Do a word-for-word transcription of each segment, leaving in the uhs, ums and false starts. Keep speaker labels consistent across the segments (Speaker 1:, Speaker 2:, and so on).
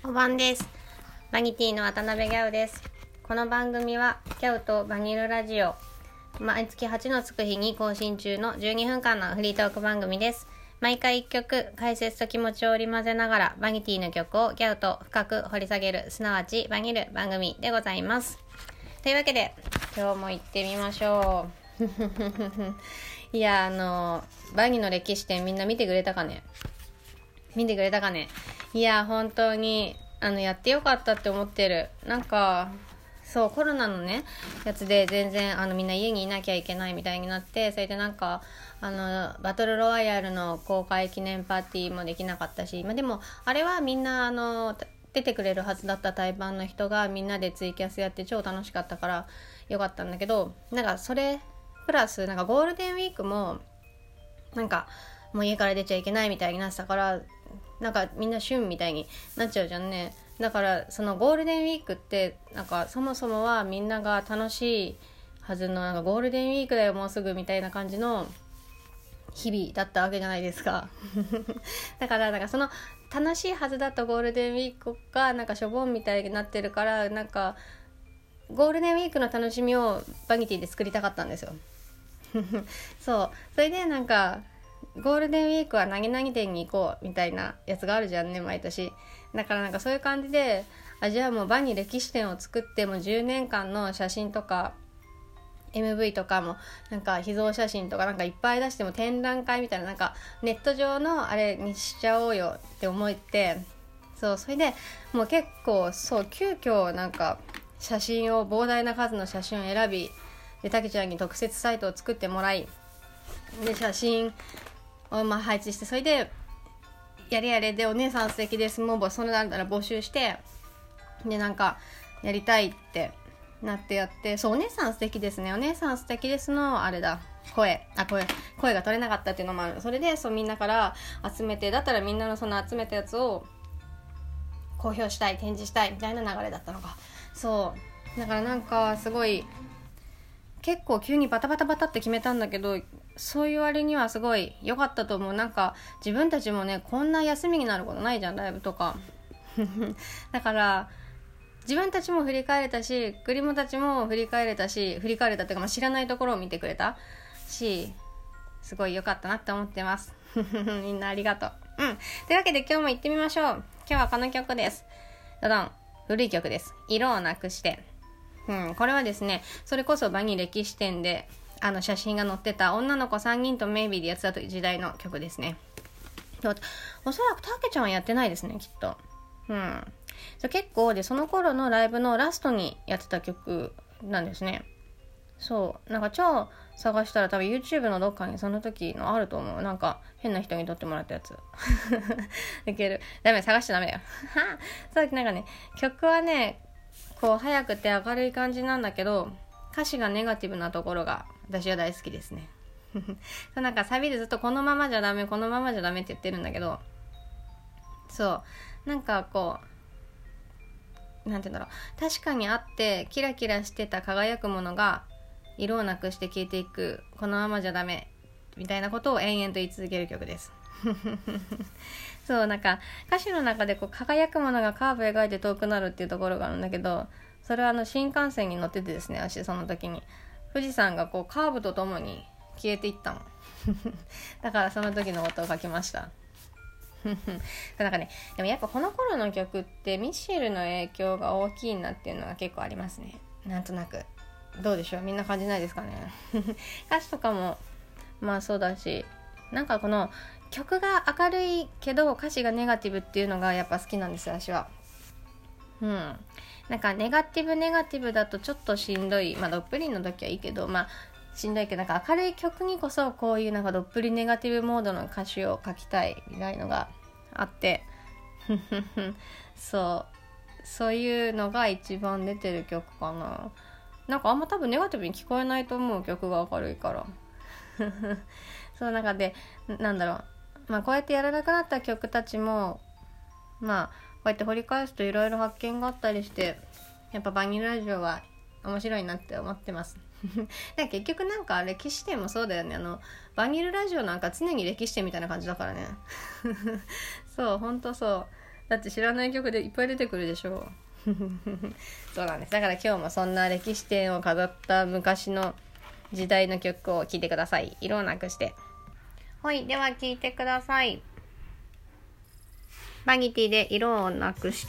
Speaker 1: おばんです。バニティの渡辺ギャウです。この番組はギャウとバニルラジオ、毎月はちのつく日に更新中のじゅうにふんかんのフリートーク番組です。毎回いっきょく解説と気持ちを織り交ぜながらバニティの曲をギャウと深く掘り下げる、すなわちバニル番組でございます。というわけで今日も行ってみましょう。いやあのバニの歴史展みんな見てくれたかね見てくれたかねいや本当にあのやってよかったって思ってる。なんかそうコロナのねやつで全然あのみんな家にいなきゃいけないみたいになって、それでなんかあのバトルロワイヤルの公開記念パーティーもできなかったし、まあ、でもあれはみんなあの出てくれるはずだった対バンの人がみんなでツイキャスやって超楽しかったからよかったんだけど、なんかそれプラスなんかゴールデンウィークもなんかもう家から出ちゃいけないみたいになってたから、なんかみんな旬みたいになっちゃうじゃんね。だからそのゴールデンウィークってなんかそもそもはみんなが楽しいはずのなんかゴールデンウィークだよもうすぐみたいな感じの日々だったわけじゃないですか。だからなんかその楽しいはずだったゴールデンウィークがなんかしょぼんみたいになってるから、なんかゴールデンウィークの楽しみをバニティで作りたかったんですよ。そうそれでなんかゴールデンウィークは何々店に行こうみたいなやつがあるじゃんね毎年。だからなんかそういう感じで、あじゃあもうバニ歴史展を作ってもじゅうねんかんの写真とか エムブイ とかもなんか秘蔵写真とかなんかいっぱい出しても展覧会みたいななんかネット上のあれにしちゃおうよって思って、そうそれでもう結構そう急遽なんか写真を膨大な数の写真を選びでたけちゃんに特設サイトを作ってもらいで写真をまあ配置して、それでやれやれでお姉さん素敵ですもうそれなんだら募集してでなんかやりたいってなってやって、そうお姉さん素敵ですねお姉さん素敵ですのあれだ声あ声声が取れなかったっていうのもある。それでそうみんなから集めて、だったらみんなのその集めたやつを公表したい展示したいみたいな流れだったのか。そうだからなんかすごい結構急にバタバタバタって決めたんだけど、そういう割にはすごい良かったと思う。なんか自分たちもねこんな休みになることないじゃんライブとか。だから自分たちも振り返れたしグリモたちも振り返れたし振り返れたっていうか、まあ、知らないところを見てくれたしすごい良かったなって思ってます。みんなありがとう。うんというわけで今日も行ってみましょう。今日はこの曲です。どどん古い曲です。色をなくして。うん、これはですねそれこそバニ歴史展であの写真が載ってた女の子さんにんとメイビーでやってた時代の曲ですね。おそらくたけちゃんはやってないですねきっと。うん結構でその頃のライブのラストにやってた曲なんですね。そうなんか超探したら多分 YouTube のどっかにその時のあると思う。なんか変な人に撮ってもらったやつ。いけるダメ探しちゃダメよ。そうなんかね曲はねこう早くて明るい感じなんだけど歌詞がネガティブなところが私は大好きですね。そうなんかサビでずっとこのままじゃダメこのままじゃダメって言ってるんだけど、そうなんかこうなんて言うんだろう、確かにあってキラキラしてた輝くものが色をなくして消えていくこのままじゃダメみたいなことを延々と言い続ける曲です。そうなんか歌詞の中でこう輝くものがカーブ描いて遠くなるっていうところがあるんだけど、それはあの新幹線に乗っててですね、私その時に富士山がこうカーブとともに消えていったの。だからその時のことを書きました。なんかねでもやっぱこの頃の曲ってミッシェルの影響が大きいなっていうのが結構ありますね。なんとなくどうでしょうみんな感じないですかね。歌詞とかもまあそうだし、なんかこの曲が明るいけど歌詞がネガティブっていうのがやっぱ好きなんですよ私は。うんなんかネガティブネガティブだとちょっとしんどい。まあどっぷりの時はいいけどまあしんどいけど、なんか明るい曲にこそこういうなんかどっぷりネガティブモードの歌詞を書きたいみたいのがあってそうそういうのが一番出てる曲かな。なんかあんま多分ネガティブに聞こえないと思う曲が明るいからそうなんかでなんだろう、まあこうやってやらなくなった曲たちもまあこうやって掘り返すといろいろ発見があったりして、やっぱバニラジオは面白いなって思ってます。だ結局なんか歴史展もそうだよね。あのバニルラジオなんか常に歴史展みたいな感じだからね。そうほんとそうだって知らない曲でいっぱい出てくるでしょそうなんです。だから今日もそんな歴史展を飾った昔の時代の曲を聴いてください。色をなくして。はい、では聴いてください。バニティで色をなくして。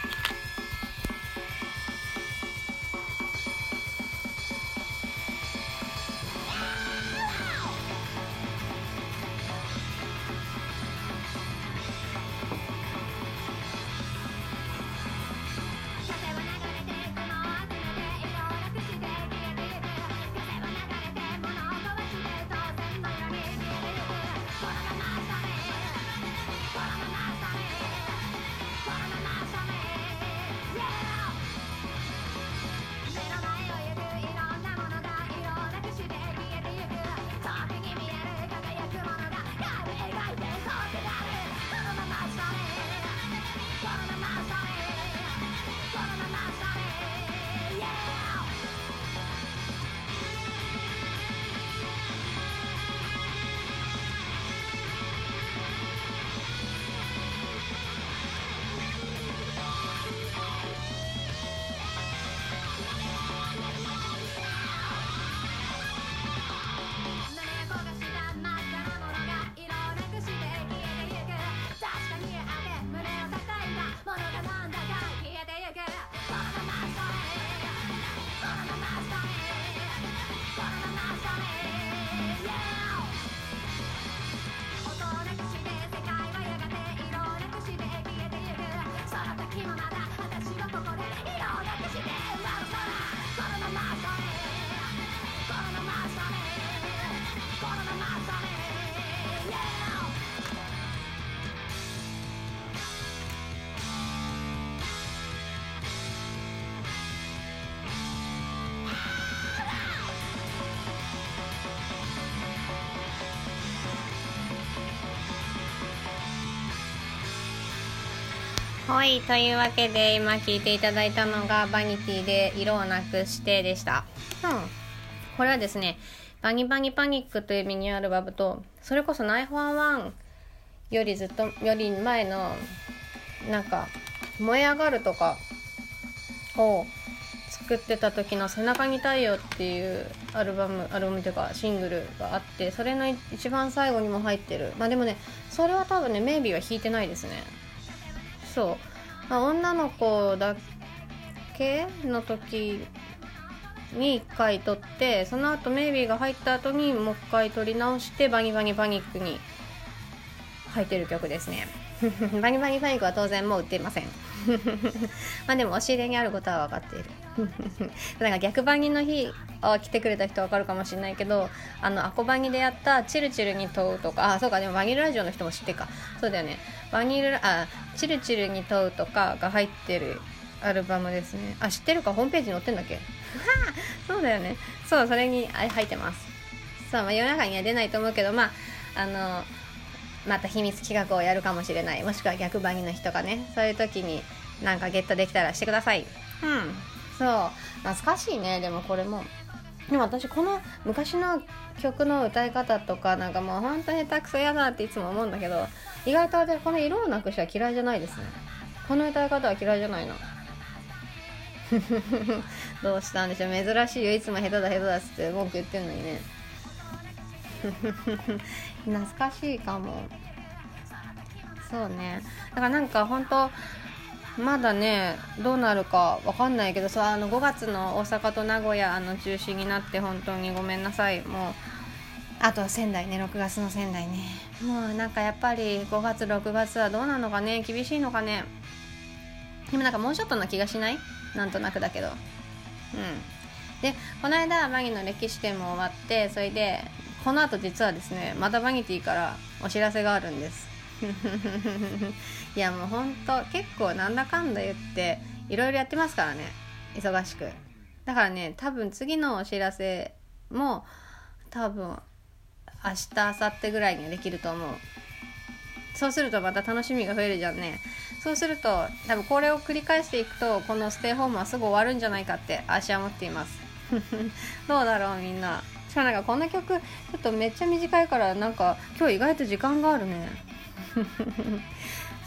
Speaker 1: はい、というわけで今聴いていただいたのがバニティで色をなくしてでした。うん、これはですね、バニバニパニックというミニアルバムと、それこそナイフワンワンよりずっとより前のなんか燃え上がるとかを作ってた時の背中に太陽っていうアルバムアルバムというかシングルがあって、それの一番最後にも入ってる。まあでもね、それは多分ねメイビーは弾いてないですね。そう、まあ、女の子だけの時にいっかい撮って、その後メイビーが入った後にもう一回撮り直してバニバニパニックに入ってる曲ですねバニバニパニックは当然もう売っていませんまあでも押し入れにあることは分かっているなんか逆バニの日を来てくれた人は分かるかもしれないけど、あのアコバニでやったチルチルに問うとか、あそうか、でもバニルラジオの人も知ってか、そうだよね、バニルあチルチルに問うとかが入ってるアルバムですね。あ知ってるか、ホームページに載ってんだっけそうだよね、そうそれに入ってます。そう、まあ、世の中には出ないと思うけど、まああのまた秘密企画をやるかもしれない、もしくは逆バニの人がね、そういう時になんかゲットできたらしてください。うん、そう懐かしいね。でもこれもでも私この昔の曲の歌い方とかなんかもうほんと下手くそやだっていつも思うんだけど、意外と私この色をなくしては嫌いじゃないですね。この歌い方は嫌いじゃないのどうしたんでしょう、珍しいよ、いつも下手だ下手だっつって文句言ってんのにね懐かしいかも。そうね、だからなんか本当まだねどうなるかわかんないけど、そうあのごがつの大阪と名古屋あの中止になって本当にごめんなさい。もうあと仙台ね、ろくがつの仙台ね、もうなんかやっぱりごがつろくがつはどうなのかね、厳しいのかね。でもなんかもうちょっとな気がしない？なんとなくだけど。うん。でこの間バニの歴史展も終わって、それでこの後実はですね、またバニティからお知らせがあるんですいやもうほんと結構なんだかんだ言っていろいろやってますからね、忙しく。だからね、多分次のお知らせも多分明日明後日ぐらいにはできると思う。そうするとまた楽しみが増えるじゃんね。そうすると多分これを繰り返していくとこのステイホームはすぐ終わるんじゃないかって私は思っていますどうだろうみんな。しかもなんかこの曲ちょっとめっちゃ短いからなんか今日意外と時間があるね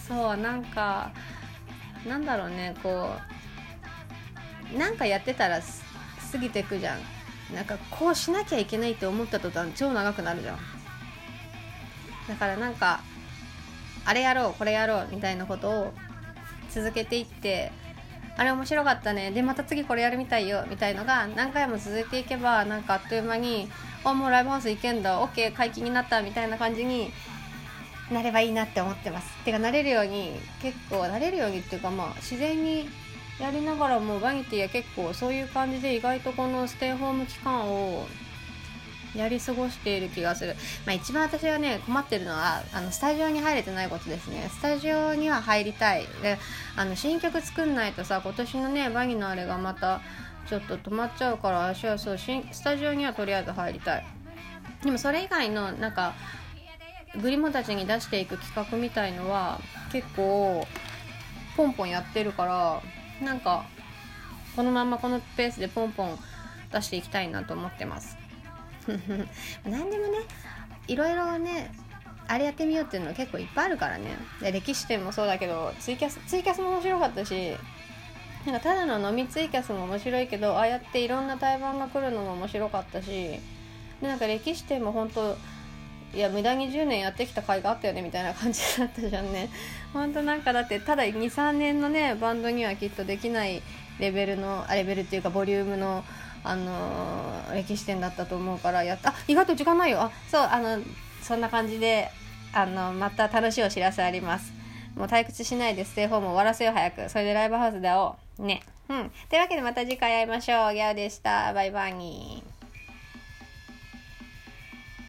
Speaker 1: そうなんかなんだろうね、こうなんかやってたら過ぎてくじゃん。なんかこうしなきゃいけないって思った途端超長くなるじゃん。だからなんかあれやろうこれやろうみたいなことを続けていって、あれ面白かったね、でまた次これやるみたいよみたいのが何回も続いていけば、なんかあっという間にあもうライブハウス行けんだ、 OK 解禁になったみたいな感じになればいいなって思ってます。てかなれるように、結構なれるようにっていうか、まあ自然にやりながらもバニティは結構そういう感じで意外とこのステイホーム期間をやり過ごしている気がする。まあ一番私がね困ってるのはあのスタジオに入れてないことですね。スタジオには入りたい。で、あの新曲作んないとさ、今年のねバニのあれがまたちょっと止まっちゃうから、私はそう新スタジオにはとりあえず入りたい。でもそれ以外のなんかグリモたちに出していく企画みたいのは結構ポンポンやってるから、なんかこのままこのペースでポンポン出していきたいなと思ってます何でもねいろいろねあれやってみようっていうの結構いっぱいあるからね。で歴史展もそうだけど、ツイキャスツイキャスも面白かったし、なんかただの飲みツイキャスも面白いけど、ああやっていろんな対バンが来るのも面白かったし、でなんか歴史展も本当いや無駄にじゅうねんやってきた甲斐があったよねみたいな感じだったじゃんね。本当なんかだってただ にさんねんのねバンドにはきっとできないレベルのあレベルっていうかボリュームのあのー、歴史展だったと思うから、やったあ意外と時間ないよ。あそうあのそんな感じであのまた楽しいお知らせあります。もう退屈しないでステイホーム終わらせよう早く。それでライブハウスで会おうね。うんというわけでまた次回会いましょう。ギャオでした。バイバイに。